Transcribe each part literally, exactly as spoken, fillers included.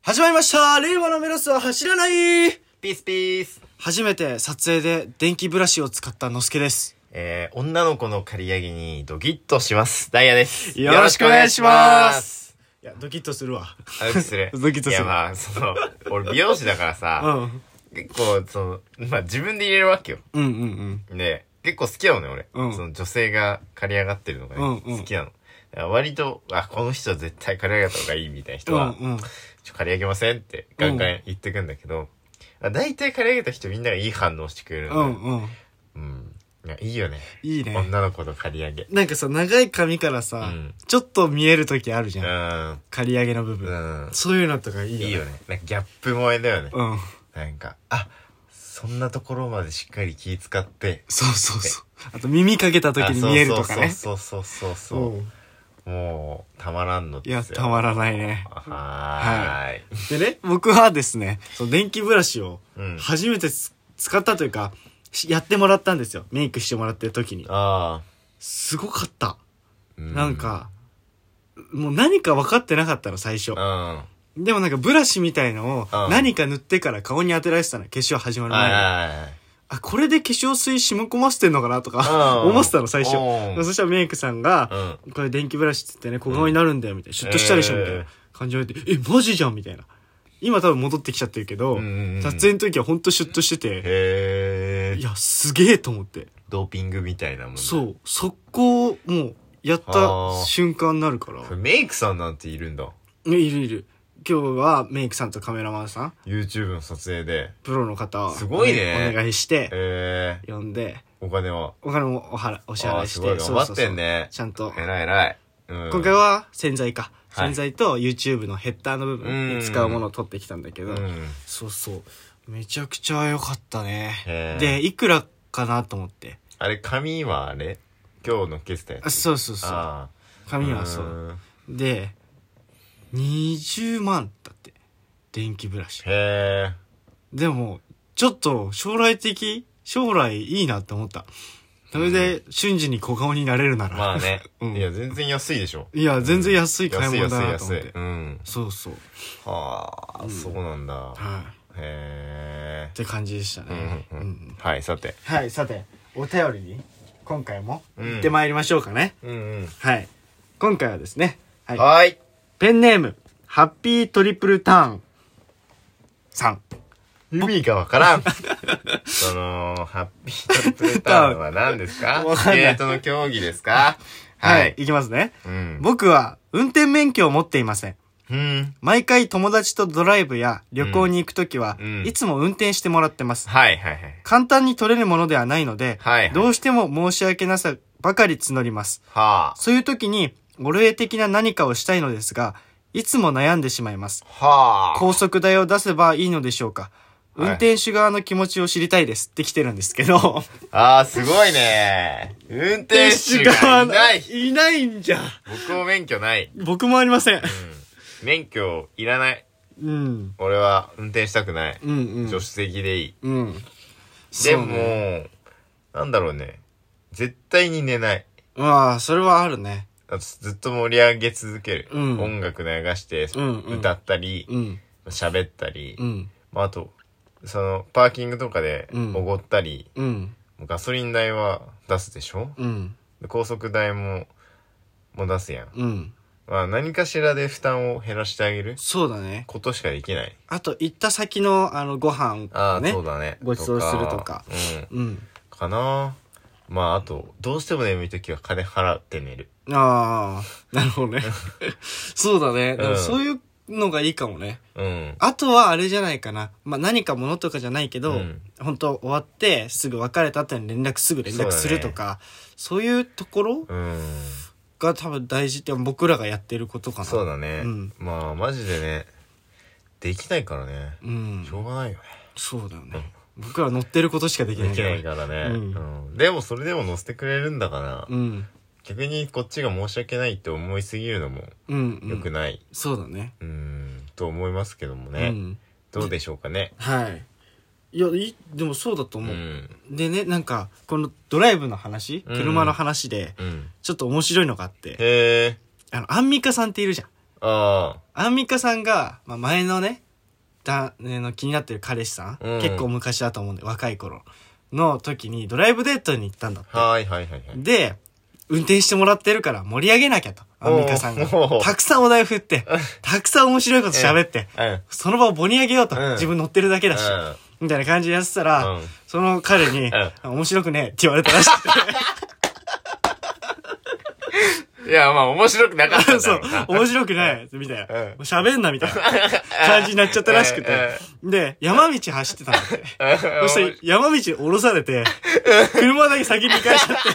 始まりました。令和のメロスは走らない。 ピースピース。 初めて撮影で電気ブラシを使ったのすけです。 えー、女の子の刈り上げにドキッとします。ダイヤです。 よろしくお願いします。いや、ドキッとするわ。 ドキッとする。 ドキッとする。 いや、まあ、その、俺美容師だからさ、 うん。 結構、その、まあ自分で入れるわけよ。 うんうんうん。 で、結構好きなのね、俺。 うん。 その女性が刈り上がってるのがね、 うんうん、 好きなの。割と、あ、この人は絶対刈り上げた方がいいみたいな人は、 うんうん、 ちょ、刈り上げませんってガンガン言ってくんだけど、うん、だいたい刈り上げた人みんながいい反応してくれるの。 うんうん。 うん。いや、いいよね。 いいね。 女の子の刈り上げ。 なんかさ、長い髪からさ、うん、ちょっと見える時あるじゃん。うん。刈り上げの部分。うん。そういうのとかいいよね。 いいよね。なんかギャップ萌えだよね。 うん。 なんか、あ、そんなところまでしっかり気使って。 そうそうそう。あと耳かけた時に見えるとかね。 そうそうそうそうそう。うんもう、たまらんのですよ。 いや、たまらないね。 はーい。はい、 でね、僕はですね、その電気ブラシを、初めて、うん、使ったというか、やってもらったんですよ。メイクしてもらってる時に。ああ。すごかった。んなんか、もう何か分かってなかったの、最初。うん、でもなんかブラシみたいのを、何か塗ってから顔に当てられてたの、化粧始まる前に。あ、これで化粧水染み込ませてんのかなとか思ってたの、最初。そしたらメイクさんが、うん、これ電気ブラシって言ってね、小顔になるんだよ、みたいな。シュッとしたでしょ、みたいな感じで言われて、え、マジじゃんみたいな。今多分戻ってきちゃってるけど、撮影の時はほんとシュッとしてて、へーいや、すげえと思って。 ドーピングみたいなもんね。 そう。速攻、もう、やった瞬間になるから。 メイクさんなんているんだ。 いるいる。今日はメイクさんとカメラマンさん YouTube の撮影でプロの方すごいねお願いしてえー、呼んでお金はお金もお払お支払いしてすごい頑張ってんねちゃんと偉い偉い、 うん、今回は洗剤か、はい、洗剤と YouTube のヘッダーの部分に使うものを取ってきたんだけど、うん、そうそうめちゃくちゃ良かったねでいくらかなと思ってあれ髪はあれ今日のっけてたやつそうそうそう髪はそうでにじゅうまんだって電気ブラシへーでもちょっと将来的将来いいなって思ったそれで瞬時に小顔になれるならまあね、うん、いや全然安いでしょいや全然安い買い物だなと思って、うん、安い安い安い、 うん、 そうそうはあ、うん、そうなんだはいへーって感じでしたね、 うんうんうん、はいさてはいさてお便りに今回も行ってまいりましょうかね、うんうんうん、はい今回はですねはい、はいペンネーム、ハッピートリプルターンさん。 意味がわからん。その、ハッピートリプルターンは何ですかスケートの競技ですかはい、はい。いきますね、うん。僕は運転免許を持っていません。うん、毎回友達とドライブや旅行に行くときは、うん、いつも運転してもらってます。はいはいはい。簡単に取れるものではないので、はいはい、どうしても申し訳なさばかり募ります。はあ、そういうときに、お礼的な何かをしたいのですが、いつも悩んでしまいます。はあ。高速代を出せばいいのでしょうか。はい、運転手側の気持ちを知りたいですって来てるんですけど。 ああ、すごいね。運転手がいない。 いないんじゃ。 僕も免許ない。 僕もありません。うん、 免許いらない。うん。俺は運転したくない。うんうん。助手席でいい。うん。でも、ね、なんだろうね。絶対に寝ない。 ああ、それはあるね。 ずっと盛り上げ続ける、うん、音楽流して、うんうん、歌ったり喋、うん、ったり、うんまあ、あとそのパーキングとかでおごったり、うん、ガソリン代は出すでしょ、うん、高速代もも出すやん、うんまあ、何かしらで負担を減らしてあげるそうだねことしかできないあと行った先のあのご飯、ね、 あそうだねご馳走するとかうん、うん、かなまああとどうしても眠いときは金払って寝るああ、なるほどね。そうだね。でもそういうのがいいかもね。うん。あとはあれじゃないかな。まあ何か物とかじゃないけど、うん、本当終わってすぐ別れた後に連絡すぐ連絡するとか、そう、ね,そういうところ、うん、が多分大事って僕らがやってることかな。 そうだね。うん、まあマジでね、できないからね。うん。しょうがないよね。 そうだよね。うん、僕ら乗ってることしかできないから。できないからね。うん。うん、でもそれでも乗せてくれるんだから。うん。逆にこっちが申し訳ないって思いすぎるのも良くない、うんうん、 そうだねうんと思いますけどもね、うん、どうでしょうかねはいいやいでもそうだと思う、うん、でねなんかこのドライブの話、うん、車の話で、うん、ちょっと面白いのがあってへえあのアンミカさんっているじゃんああ。アンミカさんが、まあ、前のね、だ、ね、の気になってる彼氏さん、うん、結構昔だと思うんで、若い頃の時にドライブデートに行ったんだって。 はいはいはいはい。 で、運転してもらってるから盛り上げなきゃと。アンミカさんが。たくさんお題振って、たくさん面白いこと喋って、うん、その場を盛り上げようと。うん、自分乗ってるだけだし。うんみたいな感じでやってたら、うん、その彼に、うん、面白くねえって言われたらしくて。いや、まあ面白くなかったんだろうな。 そう、面白くないみたいな。喋、うん、んなみたいな感じになっちゃったらしくて。で、山道走ってたんだって。そして山道降ろされて、車だけ先に行かれちゃって。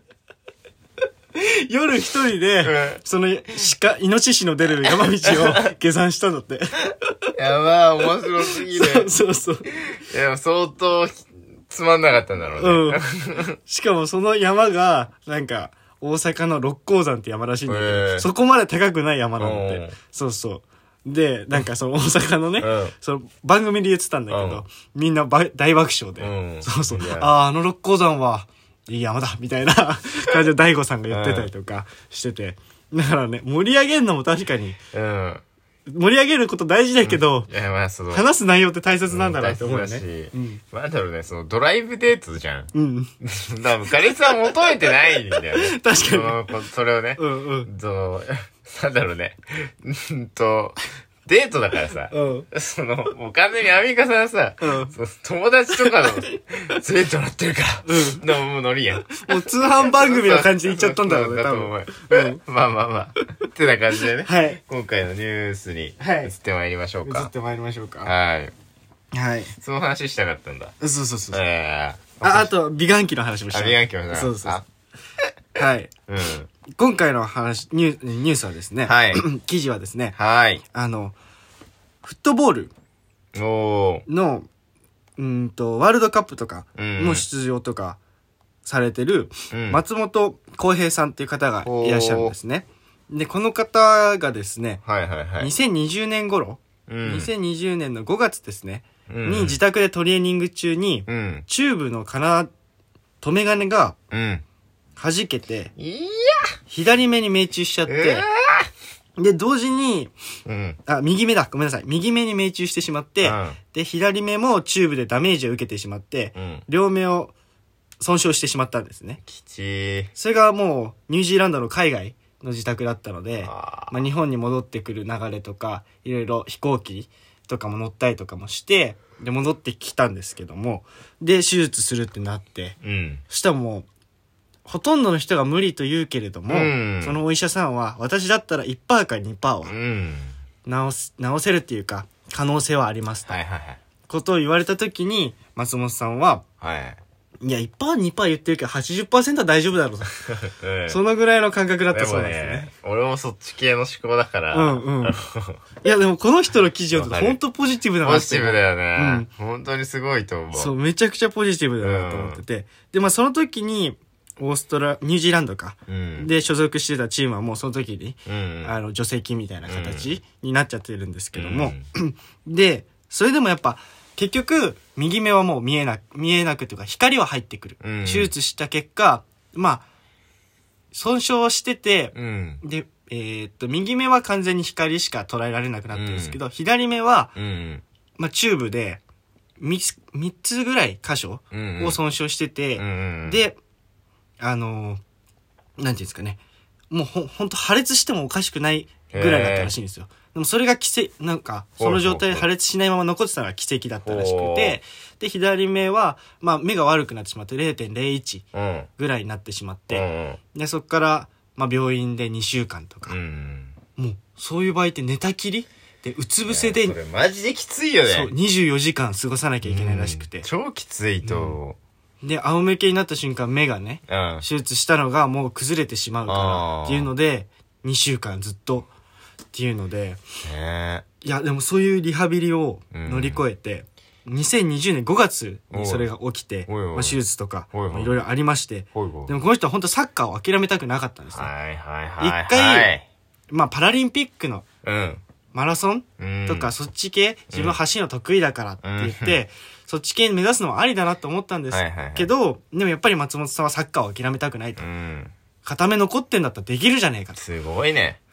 夜一人で、その鹿、イノシシの出る山道を下山したんだって。 やばい、面白すぎる。 そうそうそう。 いや、相当つまんなかったんだろうね。 うん。しかもその山が、なんか、大阪の六甲山って山らしいんだけど、えー、そこまで高くない山なんだって。そうそう。で、なんかその大阪のね、うん、その番組で言ってたんだけど、うん、みんなば大爆笑で、うん、そうそう。ああ、あの六甲山は、いい山だみたいな感じで大悟さんが言ってたりとかしてて。だからね、盛り上げるのも確かに、うん、盛り上げること大事だけど、うん、いやまあその話す内容って大切なんだなって思うよね。うん、 なんだろうね、そのドライブデートじゃん。うん。だから彼氏は求めてないんだよね。 確かに。それをね、うんうん。その、なんだろうね。うんと、デートだからさ、うん、その、もう完全にアンミカさんさ、うん、そ友達とかの、連れてもらってるから、うん、でももうノリやん。 もう通販番組の感じで言っちゃったんだろうね、多分。 うん、まあまあまあ。ってな感じでね、はい、今回のニュースに移ってまいりましょうか。 移ってまいりましょうか。 はい。 はい。 その話したかったんだ。 そうそうそう。えー、あ、あと、美顔器の話もした。 美顔器の話。 そうそう。はい。うん。今回の話、ニュニュースはですね、はい。記事はですね、 はい。 あの、フットボールの、うんと、ワールドカップとかの出場とかされてる、松本幸平さんっていう方がいらっしゃるんですね。で、この方がですね、 はいはいはい、 にせんにじゅうねん頃、うん、にせんにじゅうねんのごがつですね、うん、に自宅でトレーニング中に、うん、チューブの金留め金が弾けて、うん、左目に命中しちゃって、えーで、同時に、うん、あ、右目だ。ごめんなさい。右目に命中してしまって、うん、で、左目もチューブでダメージを受けてしまって、うん、両目を損傷してしまったんですね。 きちー。 それがもう、ニュージーランドの海外の自宅だったので、あまあ、日本に戻ってくる流れとか、いろいろ飛行機とかも乗ったりとかもして、で、戻ってきたんですけども、で、手術するってなって、うん、そしたらもう、ほとんどの人が無理と言うけれども、うん、そのお医者さんは、私だったら いちパーセント か にパーセント は、治す、治せるっていうか、可能性はありますと。はいはいはい。ことを言われたときに、松本さんは、はい。いや、いちパーセント、にパーセント 言ってるけど、はちじゅっパーセント は大丈夫だろうと。うん、そのぐらいの感覚だったそうですね。ね俺もそっち系の思考だから。 うんうん。いや、でもこの人の記事を本当ポジティブだなって。 ポジティブだよね。うん。本当にすごいと思う。 そう、めちゃくちゃポジティブだなと思ってて。うん、で、まあその時に、オーストラ、ニュージーランドか。うん、で、所属してたチームはもうその時に、うん、あの、助成金みたいな形になっちゃってるんですけども。うん、で、それでもやっぱ、結局、右目はもう見えなく、見えなくというか、光は入ってくる。うん、手術した結果、まあ、損傷してて、うん、で、えー、っと、右目は完全に光しか捉えられなくなってるんですけど、うん、左目は、うん、まあ、チューブで、みっつぐらい箇所を損傷してて、うん、で、あのー、なんていうんですかね。もうほ、ほんと破裂してもおかしくないぐらいだったらしいんですよ。でもそれが奇跡、なんか、その状態で破裂しないまま残ってたのが奇跡だったらしくて、で、左目は、まあ目が悪くなってしまって ゼロてんゼロいち ぐらいになってしまって、うん、で、そっから、まあ病院でにしゅうかんとか、うん、もう、そういう場合って寝たきりで、うつ伏せで、 それマジできついよね。そう、 にじゅうよじかん過ごさなきゃいけないらしくて。うん、 超きついと、うんで、仰向けになった瞬間、目がね、うん、手術したのがもう崩れてしまうからっていうので、にしゅうかんずっとっていうので、いや、でもそういうリハビリを乗り越えて、うん、にせんにじゅうねんごがつにそれが起きて、おいおいまあ、手術とか、いろいろありまして、おいおいでもこの人は本当サッカーを諦めたくなかったんですね。はいはいはい、はい。一回、まあパラリンピックの、うんマラソンとかそっち系、自分走るの得意だからって言って、うん、そっち系目指すのはありだなと思ったんですけど、はいはいはい、でもやっぱり松本さんはサッカーを諦めたくないと。うん、片目残ってんだったらできるじゃねえかと。 すごいね。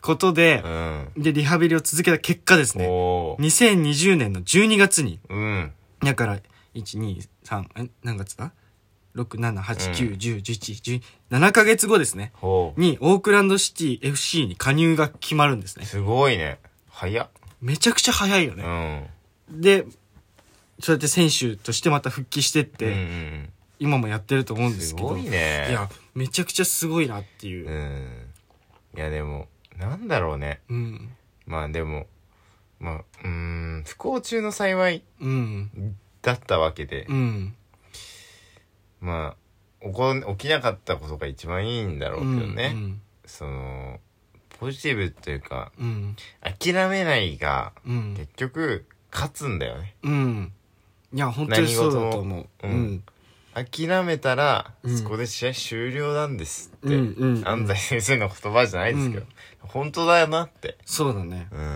ことで、うん、で、リハビリを続けた結果ですね、にせんにじゅうねんのじゅうにがつに、うん、だから、いち、に、さん、え、何月だ ?ろく、なな、はち、きゅう、じゅう、じゅういち、じゅうに、ななかげつごですね。に、オークランドシティ エフシー に加入が決まるんですね。 すごいね。早っ。 めちゃくちゃ早いよね。うん、で、そうやって選手としてまた復帰してって、うんうん、今もやってると思うんですけど。 すごいね。 いや、めちゃくちゃすごいなっていう。 うん。いや、でも、なんだろうね。うん、まあでも、まあ、うーん、不幸中の幸い、うん、だったわけで。うん、まあ起こ、起きなかったことが一番いいんだろうけどね。うんうん、その、ポジティブというか、うん、諦めないが、うん、結局、勝つんだよね。うん。 いや、本当にそうだと思う。うん。うん、 諦めたら、うん、そこで試合終了なんですって、うんうんうん、安西先生の言葉じゃないですけど、うん、本当だよなって。 そうだね。うん。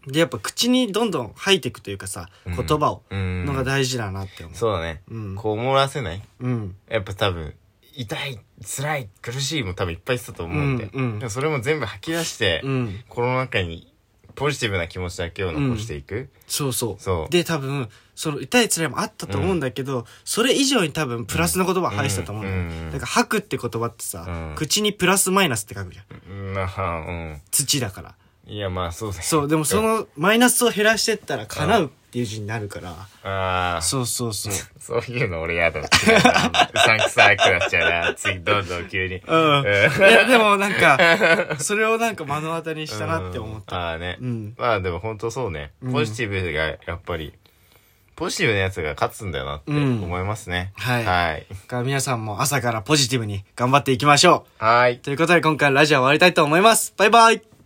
で、やっぱ口にどんどん吐いていくというかさ、言葉を、のが大事だなって思う。 そうだね。うん、こう漏らせない。うん。やっぱ多分、痛い、辛い、苦しいも多分いっぱい言ってたと思うんで。うんうん、でもそれも全部吐き出して、うん、この中にポジティブな気持ちだけを残していく。うん、 そうそう。そう。で、多分、その痛い辛いもあったと思うんだけど、うん、それ以上に多分プラスの言葉を発したと思うんだよ。うんうん、だから吐くって言葉ってさ、うん、口にプラスマイナスって書くじゃん。うん、うん、土だから。 いや、まあそうだよ。 そう、でもそのマイナスを減らしてったら叶うっていう字になるから。ああ。そうそうそう。 そういうの俺やだ。うさんくさくなっちゃうな。次どんどん急に。うん。 いや、でもなんか、それをなんか目の当たりにしたなって思った。 ああね。うん。まあでも本当そうね。ポジティブがやっぱり、ポジティブなやつが勝つんだよなって思いますね。 うん、はい。はい。から皆さんも朝からポジティブに頑張っていきましょう。はい。 ということで今回ラジオ終わりたいと思います。バイバイ。